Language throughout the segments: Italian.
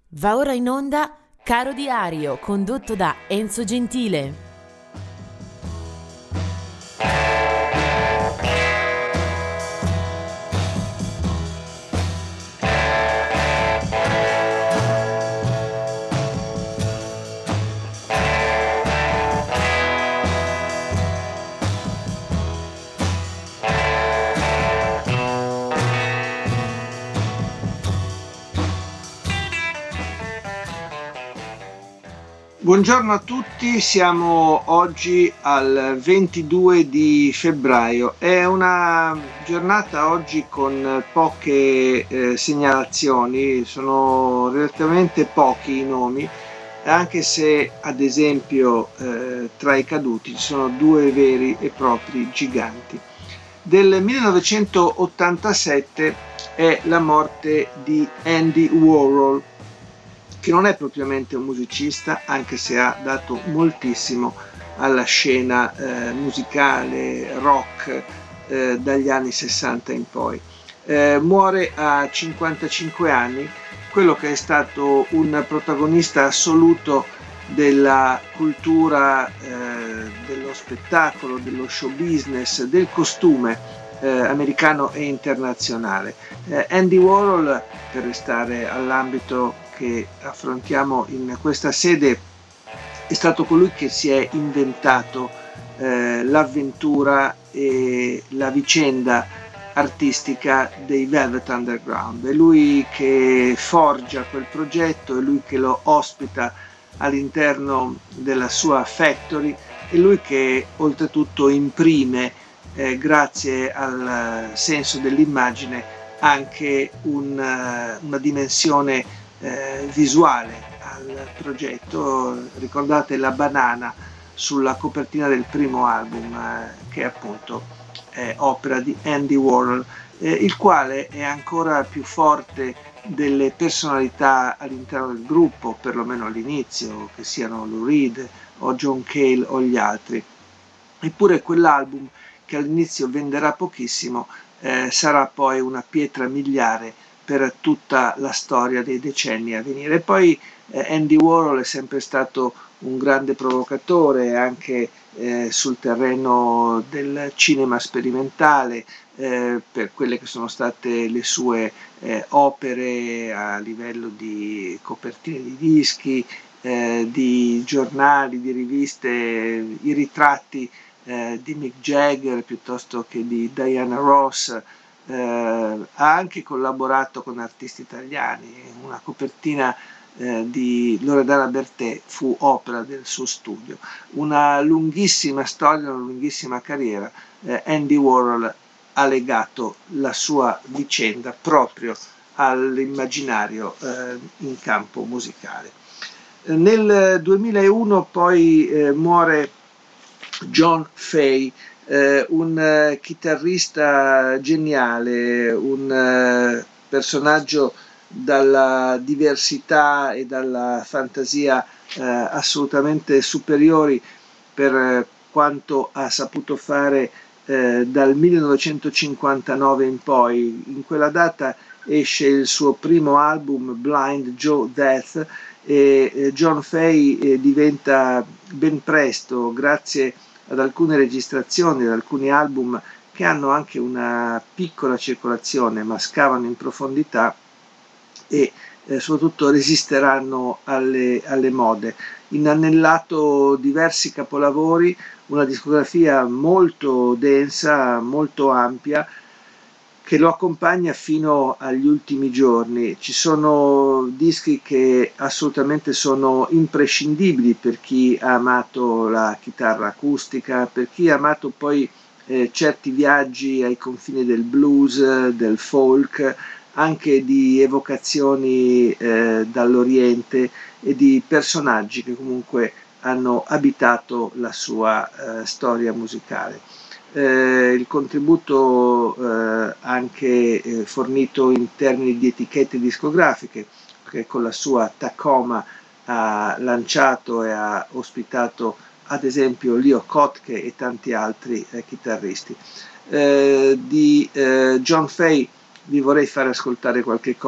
Va ora in onda Caro Diario, condotto da Enzo Gentile. Buongiorno a tutti, siamo oggi al 22 di febbraio. È una giornata oggi con poche segnalazioni, sono relativamente pochi i nomi, anche se ad esempio tra i caduti ci sono due veri e propri giganti. Del 1987 è la morte di Andy Warhol, che non è propriamente un musicista, anche se ha dato moltissimo alla scena musicale rock dagli anni 60 in poi. Muore a 55 anni, quello che è stato un protagonista assoluto della cultura, dello spettacolo, dello show business, del costume americano e internazionale. Andy Warhol, per restare all'ambito che affrontiamo in questa sede, è stato colui che si è inventato l'avventura e la vicenda artistica dei Velvet Underground. È lui che forgia quel progetto, è lui che lo ospita all'interno della sua factory, è lui che oltretutto imprime, grazie al senso dell'immagine, anche una dimensione visuale al progetto. Ricordate la banana sulla copertina del primo album, che è appunto opera di Andy Warhol, il quale è ancora più forte delle personalità all'interno del gruppo, perlomeno all'inizio, che siano Lou Reed o John Cale o gli altri. Eppure quell'album, che all'inizio venderà pochissimo, sarà poi una pietra miliare per tutta la storia dei decenni a venire. E poi Andy Warhol è sempre stato un grande provocatore anche sul terreno del cinema sperimentale, per quelle che sono state le sue opere a livello di copertine di dischi, di giornali, di riviste, i ritratti di Mick Jagger piuttosto che di Diana Ross. Ha anche collaborato con artisti italiani, una copertina di Loredana Bertè fu opera del suo studio. Una lunghissima storia, una lunghissima carriera. Andy Warhol ha legato la sua vicenda proprio all'immaginario in campo musicale. Nel 2001 poi muore John Fay, un chitarrista geniale, un personaggio dalla diversità e dalla fantasia assolutamente superiori per quanto ha saputo fare dal 1959 in poi. In quella data esce il suo primo album, Blind Joe Death, e John Fay diventa ben presto, grazie ad alcune registrazioni, ad alcuni album che hanno anche una piccola circolazione ma scavano in profondità e soprattutto resisteranno alle mode. Inanellato diversi capolavori, una discografia molto densa, molto ampia, che lo accompagna fino agli ultimi giorni. Ci sono dischi che assolutamente sono imprescindibili per chi ha amato la chitarra acustica, per chi ha amato poi certi viaggi ai confini del blues, del folk, anche di evocazioni dall'Oriente e di personaggi che comunque hanno abitato la sua storia musicale. Il contributo anche fornito in termini di etichette discografiche, che con la sua Tacoma ha lanciato e ha ospitato ad esempio Leo Kottke e tanti altri chitarristi. Di John Fay vi vorrei fare ascoltare qualche cosa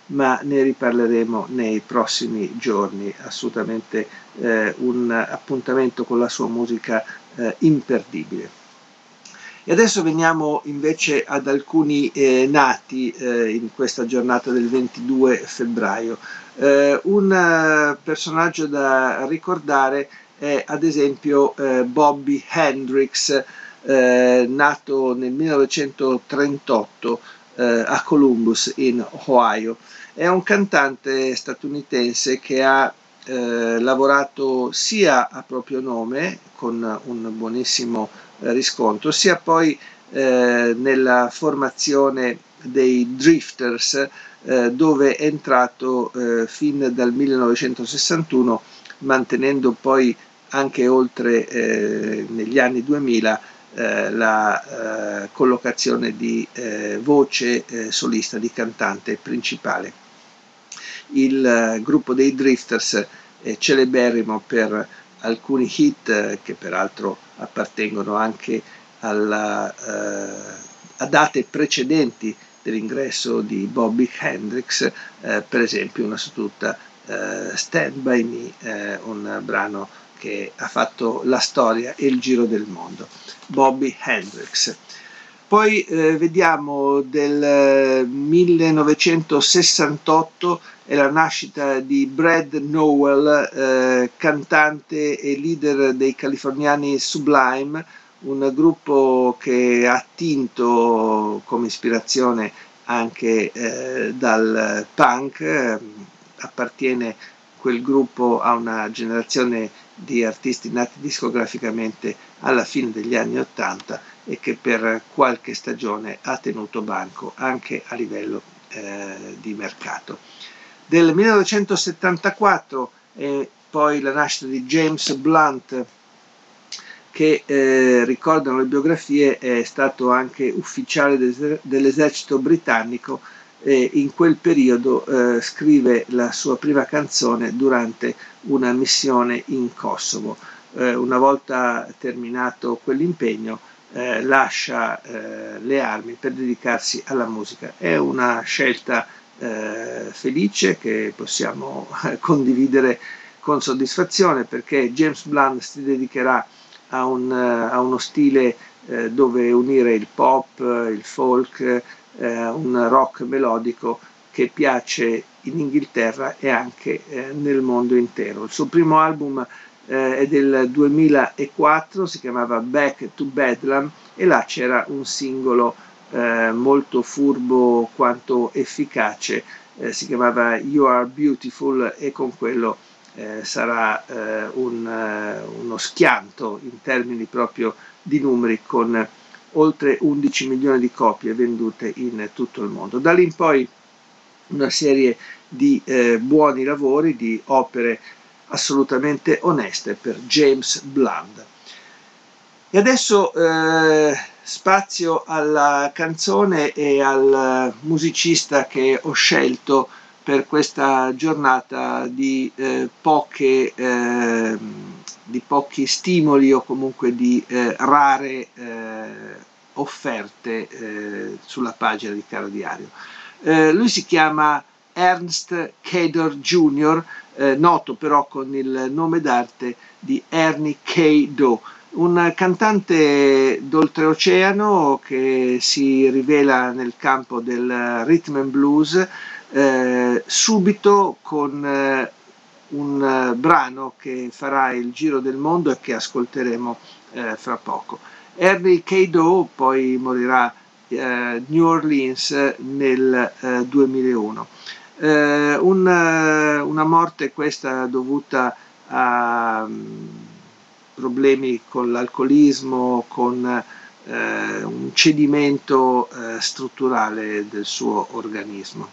ma ne riparleremo nei prossimi giorni. Assolutamente un appuntamento con la sua musica imperdibile. E adesso veniamo invece ad alcuni nati in questa giornata del 22 febbraio. Un personaggio da ricordare è ad esempio Bobby Hendrix, nato nel 1938 a Columbus in Ohio. È un cantante statunitense che ha lavorato sia a proprio nome con un buonissimo riscontro, sia poi nella formazione dei Drifters, dove è entrato fin dal 1961, mantenendo poi anche oltre negli anni 2000 la collocazione di voce solista, di cantante principale. Il gruppo dei Drifters è celeberrimo per alcuni hit che peraltro appartengono anche a date precedenti dell'ingresso di Bobby Hendrix, per esempio una su tutta Stand By Me, un brano che ha fatto la storia e il giro del mondo. Bobby Hendrix. Poi vediamo del 1968 è la nascita di Brad Nowell, cantante e leader dei californiani Sublime, un gruppo che ha attinto come ispirazione anche dal punk. Appartiene quel gruppo a una generazione di artisti nati discograficamente alla fine degli anni '80 e che per qualche stagione ha tenuto banco anche a livello di mercato. Del 1974 è poi la nascita di James Blunt, che ricordano le biografie è stato anche ufficiale dell'esercito britannico e in quel periodo scrive la sua prima canzone durante una missione in Kosovo. Una volta terminato quell'impegno lascia le armi per dedicarsi alla musica. È una scelta felice che possiamo condividere con soddisfazione, perché James Blunt si dedicherà a uno stile dove unire il pop, il folk, un rock melodico che piace in Inghilterra e anche nel mondo intero. Il suo primo album è del 2004, si chiamava Back to Bedlam e là c'era un singolo molto furbo quanto efficace, si chiamava You Are Beautiful, e con quello sarà uno schianto in termini proprio di numeri, con oltre 11 milioni di copie vendute in tutto il mondo. Da lì in poi una serie di buoni lavori, di opere assolutamente oneste per James Blunt. E adesso spazio alla canzone e al musicista che ho scelto per questa giornata di pochi stimoli o comunque di rare offerte sulla pagina di Caro Diario. Lui si chiama Ernst Cador Jr., noto però con il nome d'arte di Ernie K. Doe, un cantante d'oltreoceano che si rivela nel campo del rhythm and blues subito con un brano che farà il giro del mondo e che ascolteremo fra poco. Ernie K. Doe poi morirà New Orleans nel 2001. Una morte questa dovuta a problemi con l'alcolismo, con un cedimento strutturale del suo organismo.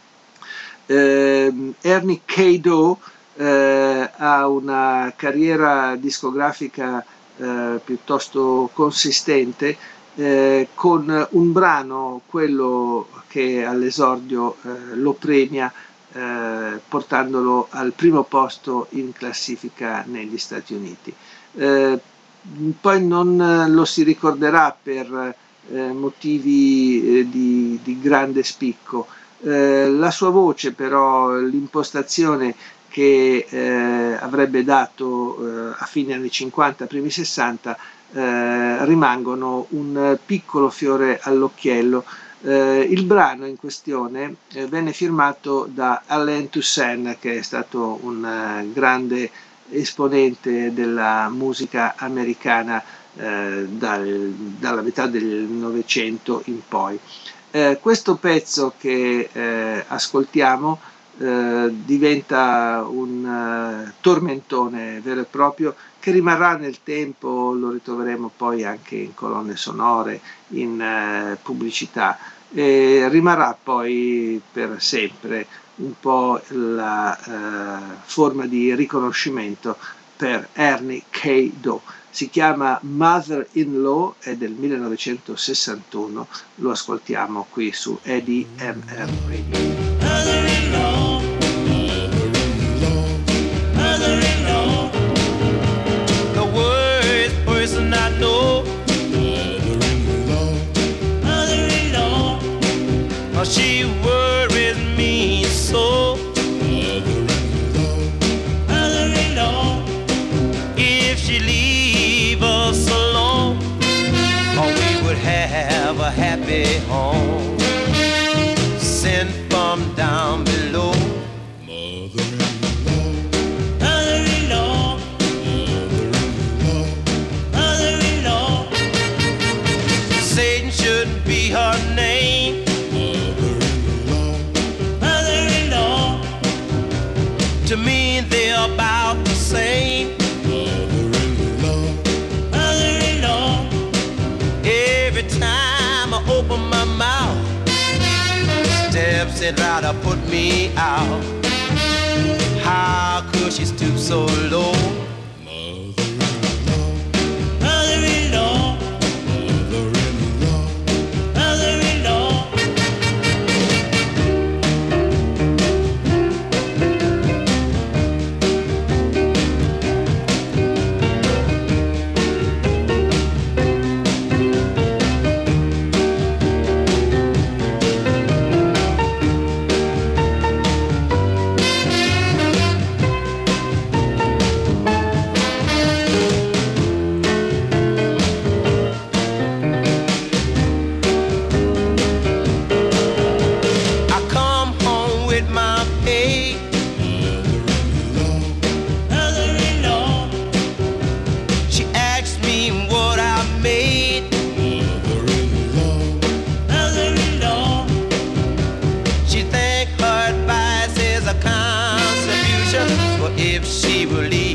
Ernie K. Doe ha una carriera discografica piuttosto consistente, con un brano, quello che all'esordio lo premia portandolo al primo posto in classifica negli Stati Uniti. Poi non lo si ricorderà per motivi di grande spicco. La sua voce però, l'impostazione che avrebbe dato a fine anni 50, primi 60, rimangono un piccolo fiore all'occhiello. Il brano in questione venne firmato da Alain Toussaint, che è stato un grande esponente della musica americana dalla metà del Novecento in poi. Questo pezzo che ascoltiamo diventa un tormentone vero e proprio, che rimarrà nel tempo, lo ritroveremo poi anche in colonne sonore, in pubblicità, e rimarrà poi per sempre un po' la forma di riconoscimento per Ernie K. Doe. Si chiama Mother-in-Law, è del 1961, lo ascoltiamo qui su ADMR Radio. Mother-in-law, mother-in-law, the worst person I know. Mother-in-law, oh, she worries me so. Mother-in-law, if she leave us alone, oh, we would have a happy home. Sent from down below. Mother-in-law, mother-in-law, Satan shouldn't be her name. Mother-in-law, to me they're about the same. Mother-in-law, every time I open my mouth, steps and try to put me out. How could she stoop so low? Mother-in-law, mother-in-law, if she will leave